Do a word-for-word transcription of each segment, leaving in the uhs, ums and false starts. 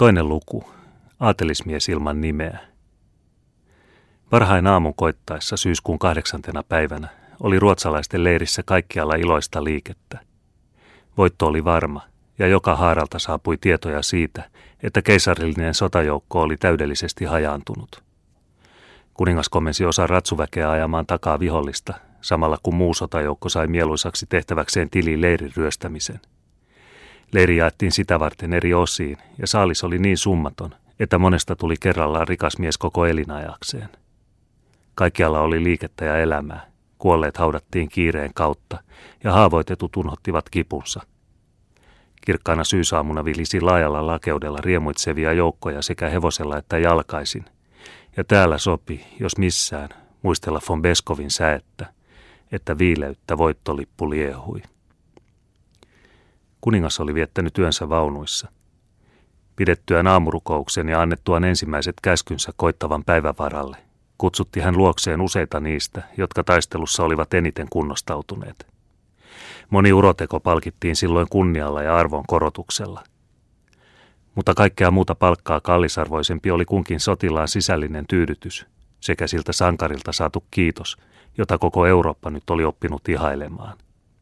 Toinen luku. Aatelismies ilman nimeä. Varhain aamun koittaessa syyskuun kahdeksantena päivänä oli ruotsalaisten leirissä kaikkialla iloista liikettä. Voitto oli varma, ja joka haaralta saapui tietoja siitä, että keisarillinen sotajoukko oli täydellisesti hajaantunut. Kuningas komensi osa ratsuväkeä ajamaan takaa vihollista, samalla kun muu sotajoukko sai mieluisaksi tehtäväkseen tilin leirin ryöstämisen. Leiri jaettiin sitä varten eri osiin, ja saalis oli niin summaton, että monesta tuli kerrallaan rikas mies koko elinajakseen. Kaikkialla oli liikettä ja elämää, kuolleet haudattiin kiireen kautta, ja haavoitetut unhottivat kipunsa. Kirkkaana syysaamuna vilisi laajalla lakeudella riemuitsevia joukkoja sekä hevosella että jalkaisin, ja täällä sopi, jos missään, muistella von Beskovin säettä, että viileyttä voittolippu liehui. Kuningas oli viettänyt yönsä vaunuissa. Pidettyään aamurukouksen ja annettuaan ensimmäiset käskynsä koittavan päivän varalle, kutsutti hän luokseen useita niistä, jotka taistelussa olivat eniten kunnostautuneet. Moni uroteko palkittiin silloin kunnialla ja arvon korotuksella. Mutta kaikkea muuta palkkaa kallisarvoisempi oli kunkin sotilaan sisällinen tyydytys sekä siltä sankarilta saatu kiitos, jota koko Eurooppa nyt oli oppinut ihailemaan.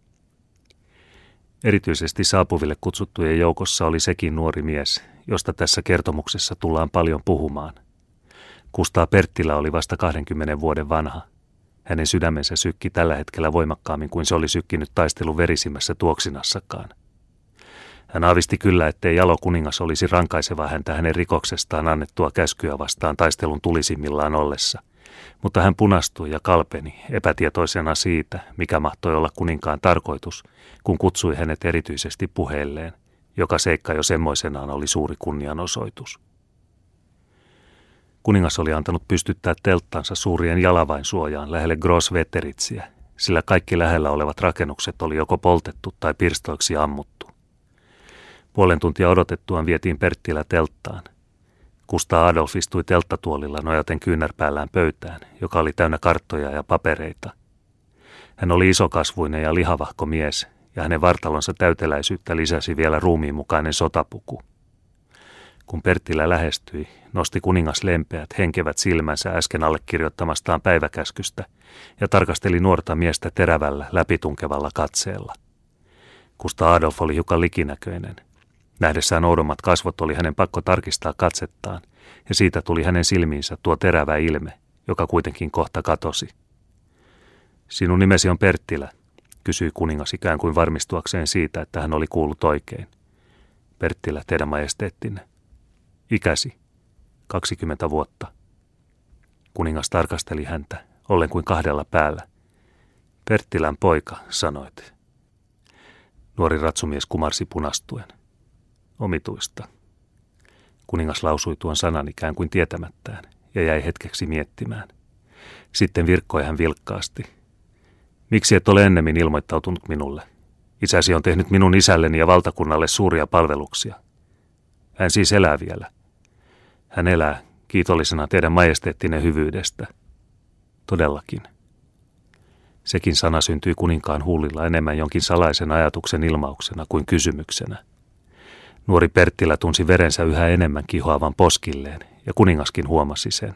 Erityisesti saapuville kutsuttujen joukossa oli sekin nuori mies, josta tässä kertomuksessa tullaan paljon puhumaan. Kustaa Perttilä oli vasta kahdenkymmenen vuoden vanha. Hänen sydämensä sykki tällä hetkellä voimakkaammin kuin se oli sykkinyt taistelun verisimmässä tuoksinassakaan. Hän aavisti kyllä, ettei Jalo kuningas olisi rankaiseva häntä hänen rikoksestaan annettua käskyä vastaan taistelun tulisimmillaan ollessa, mutta hän punastui ja kalpeni epätietoisena siitä, mikä mahtoi olla kuninkaan tarkoitus, kun kutsui hänet erityisesti puheelleen, joka seikka jo semmoisenaan oli suuri kunnianosoitus. Kuningas oli antanut pystyttää telttansa suurien jalavainsuojaan lähelle Grossvetteritsiä, sillä kaikki lähellä olevat rakennukset oli joko poltettu tai pirstoiksi ammuttu. Puolen tuntia odotettuaan vietiin Perttilä telttaan. Kustaa Adolf istui telttatuolilla nojaten kyynärpäällään pöytään, joka oli täynnä karttoja ja papereita. Hän oli isokasvuinen ja lihavahko mies, ja hänen vartalonsa täyteläisyyttä lisäsi vielä ruumiin mukainen sotapuku. Kun Perttilä lähestyi, nosti kuningas lempeät, henkevät silmänsä äsken allekirjoittamastaan päiväkäskystä ja tarkasteli nuorta miestä terävällä, läpitunkevalla katseella. Kustaa Adolf oli hiukan likinäköinen. Nähdessään oudommat kasvot oli hänen pakko tarkistaa katsettaan, ja siitä tuli hänen silmiinsä tuo terävä ilme, joka kuitenkin kohta katosi. Sinun nimesi on Perttilä, kysyi kuningas ikään kuin varmistuakseen siitä, että hän oli kuullut oikein. Perttilä, teidän majesteettinne. Ikäsi. kaksikymmentä vuotta. Kuningas tarkasteli häntä, ollen kuin kahdella päällä. Perttilän poika, sanoit. Nuori ratsumies kumarsi punastuen. Omituista. Kuningas lausui tuon sanan ikään kuin tietämättään ja jäi hetkeksi miettimään. Sitten virkkoi hän vilkkaasti. Miksi et ole ennemmin ilmoittautunut minulle? Isäsi on tehnyt minun isälleni ja valtakunnalle suuria palveluksia. Hän siis elää vielä. Hän elää kiitollisena teidän majesteettinen hyvyydestä. Todellakin. Sekin sana syntyi kuninkaan huulilla enemmän jonkin salaisen ajatuksen ilmauksena kuin kysymyksenä. Nuori Perttilä tunsi verensä yhä enemmän kihoavan poskilleen, ja kuningaskin huomasi sen.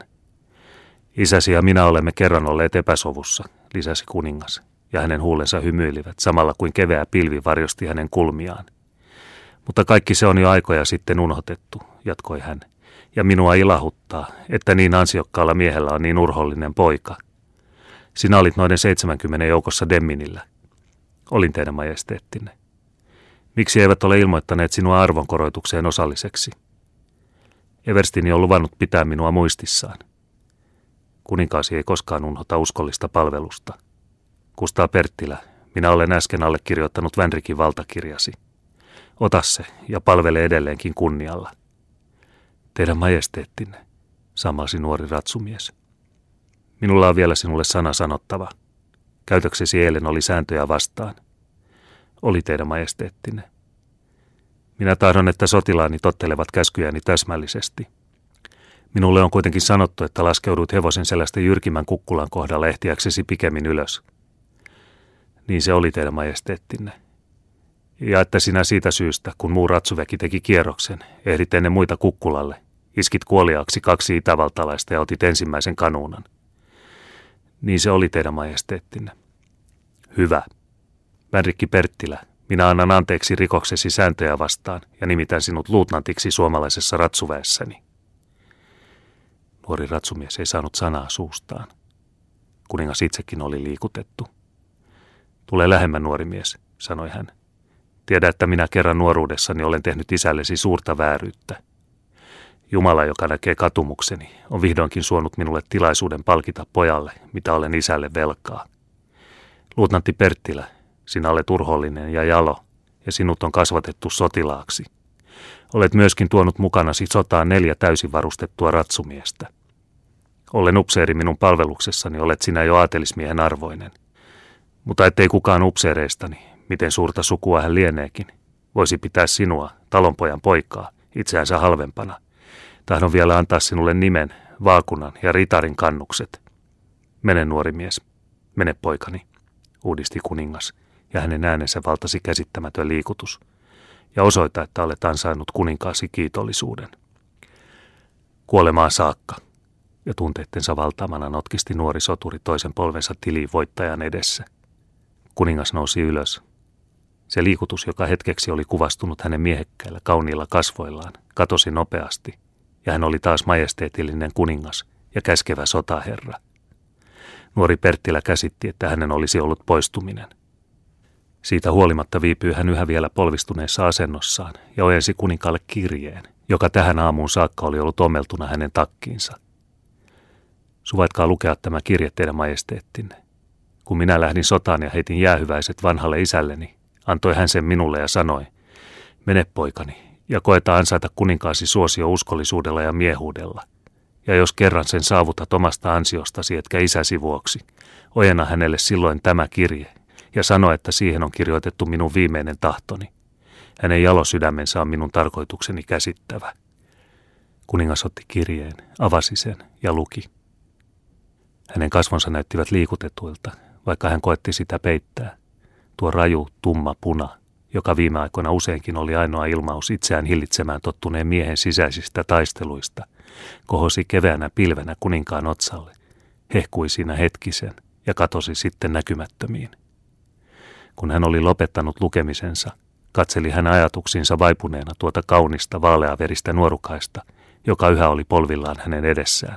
Isäsi ja minä olemme kerran olleet epäsovussa, lisäsi kuningas, ja hänen huulensa hymyilivät samalla kuin keveä pilvi varjosti hänen kulmiaan. Mutta kaikki se on jo aikoja sitten unhotettu, jatkoi hän, ja minua ilahuttaa, että niin ansiokkaalla miehellä on niin urhollinen poika. Sinä olit noiden seitsemänkymmenen joukossa Demminillä. Olin teidän majesteettinne. Miksi eivät ole ilmoittaneet sinua arvonkorotukseen osalliseksi? Everstini on luvannut pitää minua muistissaan. Kuninkaasi ei koskaan unhota uskollista palvelusta. Kustaa Perttilä, minä olen äsken allekirjoittanut Vänrikin valtakirjasi. Ota se ja palvele edelleenkin kunnialla. Teidän majesteettinne, samasi nuori ratsumies. Minulla on vielä sinulle sana sanottava. Käytöksesi eilen oli sääntöjä vastaan. Oli teidän majesteettinne. Minä tahdon, että sotilaani tottelevat käskyjäni täsmällisesti. Minulle on kuitenkin sanottu, että laskeudut hevosen selästä jyrkimmän kukkulan kohdalla ehtiäksesi pikemmin ylös. Niin se oli teidän majesteettinne. Ja että sinä siitä syystä, kun muu ratsuväki teki kierroksen, ehdit ennen muita kukkulalle, iskit kuoliaaksi kaksi itävaltalaista ja otit ensimmäisen kanuunan. Niin se oli teidän majesteettinne. Hyvä. Vänrikki Perttilä, minä annan anteeksi rikoksesi sääntöjä vastaan ja nimitän sinut luutnantiksi suomalaisessa ratsuväessäni. Nuori ratsumies ei saanut sanaa suustaan. Kuningas itsekin oli liikutettu. Tule lähemmän, nuori mies, sanoi hän. Tiedä, että minä kerran nuoruudessani olen tehnyt isällesi suurta vääryyttä. Jumala, joka näkee katumukseni, on vihdoinkin suonut minulle tilaisuuden palkita pojalle, mitä olen isälle velkaa. Luutnantti Perttilä, sinä olet urhoollinen ja jalo, ja sinut on kasvatettu sotilaaksi. Olet myöskin tuonut mukanasi sotaan neljä täysin varustettua ratsumiestä. Olen upseeri minun palveluksessani, olet sinä jo aatelismiehen arvoinen. Mutta ettei kukaan upseereistani, miten suurta sukua hän lieneekin, voisi pitää sinua, talonpojan poikaa, itseänsä halvempana. Tahdon vielä antaa sinulle nimen, vaakunan ja ritarin kannukset. Mene, nuori mies, mene poikani, uudisti kuningas, ja hänen äänensä valtasi käsittämätön liikutus. Ja osoita, että olet ansainnut kuninkaasi kiitollisuuden. Kuolemaan saakka, ja tunteittensa valtaamana notkisti nuori soturi toisen polvensa tiliin voittajan edessä. Kuningas nousi ylös. Se liikutus, joka hetkeksi oli kuvastunut hänen miehekkäillä, kauniilla kasvoillaan, katosi nopeasti, ja hän oli taas majesteetillinen kuningas ja käskevä sotaherra. Nuori Perttilä käsitti, että hänen olisi ollut poistuminen. Siitä huolimatta viipyi hän yhä vielä polvistuneessa asennossaan ja ojensi kuninkaalle kirjeen, joka tähän aamuun saakka oli ollut ommeltuna hänen takkiinsa. Suvaitkaa lukea tämä kirje, teidän majesteettinne. Kun minä lähdin sotaan ja heitin jäähyväiset vanhalle isälleni, antoi hän sen minulle ja sanoi, mene poikani, ja koeta ansaita kuninkaasi suosio uskollisuudella ja miehuudella. Ja jos kerran sen saavutat omasta ansiostasi etkä isäsi vuoksi, ojenna hänelle silloin tämä kirje, ja sano, että siihen on kirjoitettu minun viimeinen tahtoni. Hänen jalosydämensä on minun tarkoitukseni käsittävä. Kuningas otti kirjeen, avasi sen ja luki. Hänen kasvonsa näyttivät liikutetuilta, vaikka hän koetti sitä peittää. Tuo raju, tumma puna, joka viime aikoina useinkin oli ainoa ilmaus itseään hillitsemään tottuneen miehen sisäisistä taisteluista, kohosi keveänä pilvenä kuninkaan otsalle, hehkui siinä hetkisen ja katosi sitten näkymättömiin. Kun hän oli lopettanut lukemisensa, katseli hän ajatuksinsa vaipuneena tuota kaunista vaaleaveristä nuorukaista, joka yhä oli polvillaan hänen edessään.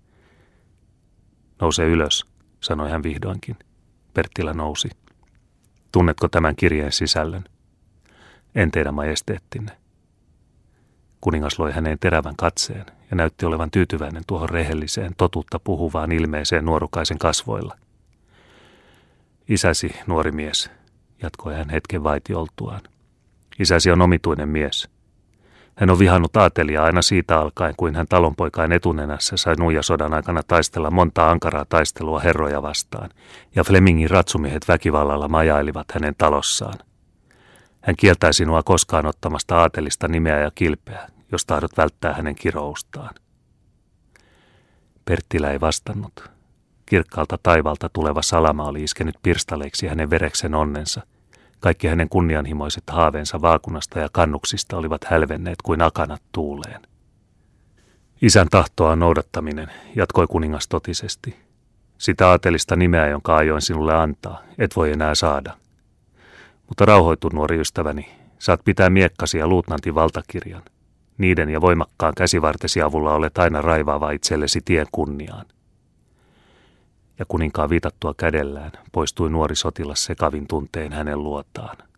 Nouse ylös, sanoi hän vihdoinkin. Perttilä nousi. Tunnetko tämän kirjeen sisällön? En, teidän majesteettinne. Kuningas loi häneen terävän katseen ja näytti olevan tyytyväinen tuohon rehelliseen, totuutta puhuvaan ilmeeseen nuorukaisen kasvoilla. Isäsi, nuori mies, jatkoi hän hetken vaitioltuaan. Isäsi on omituinen mies. Hän on vihannut aatelia aina siitä alkaen, kuin hän talonpoikain etunenässä sai nuijasodan aikana taistella monta ankaraa taistelua herroja vastaan, ja Flemingin ratsumiehet väkivallalla majailivat hänen talossaan. Hän kieltää sinua koskaan ottamasta aatelista nimeä ja kilpeä, jos tahdot välttää hänen kiroustaan. Perttilä ei vastannut. Kirkkaalta taivalta tuleva salama oli iskenyt pirstaleiksi hänen vereksen onnensa. Kaikki hänen kunnianhimoiset haaveensa vaakunasta ja kannuksista olivat hälvenneet kuin akanat tuuleen. Isän tahtoa noudattaminen, jatkoi kuningas totisesti. Sitä aatelista nimeä, jonka aioin sinulle antaa, et voi enää saada. Mutta rauhoitu, nuori ystäväni, saat pitää miekkasi ja luutnantin valtakirjan. Niiden ja voimakkaan käsivartesi avulla olet aina raivaava itsellesi tien kunniaan. Ja kuninkaan viitattua kädellään poistui nuori sotilas sekavin tunteen hänen luotaan.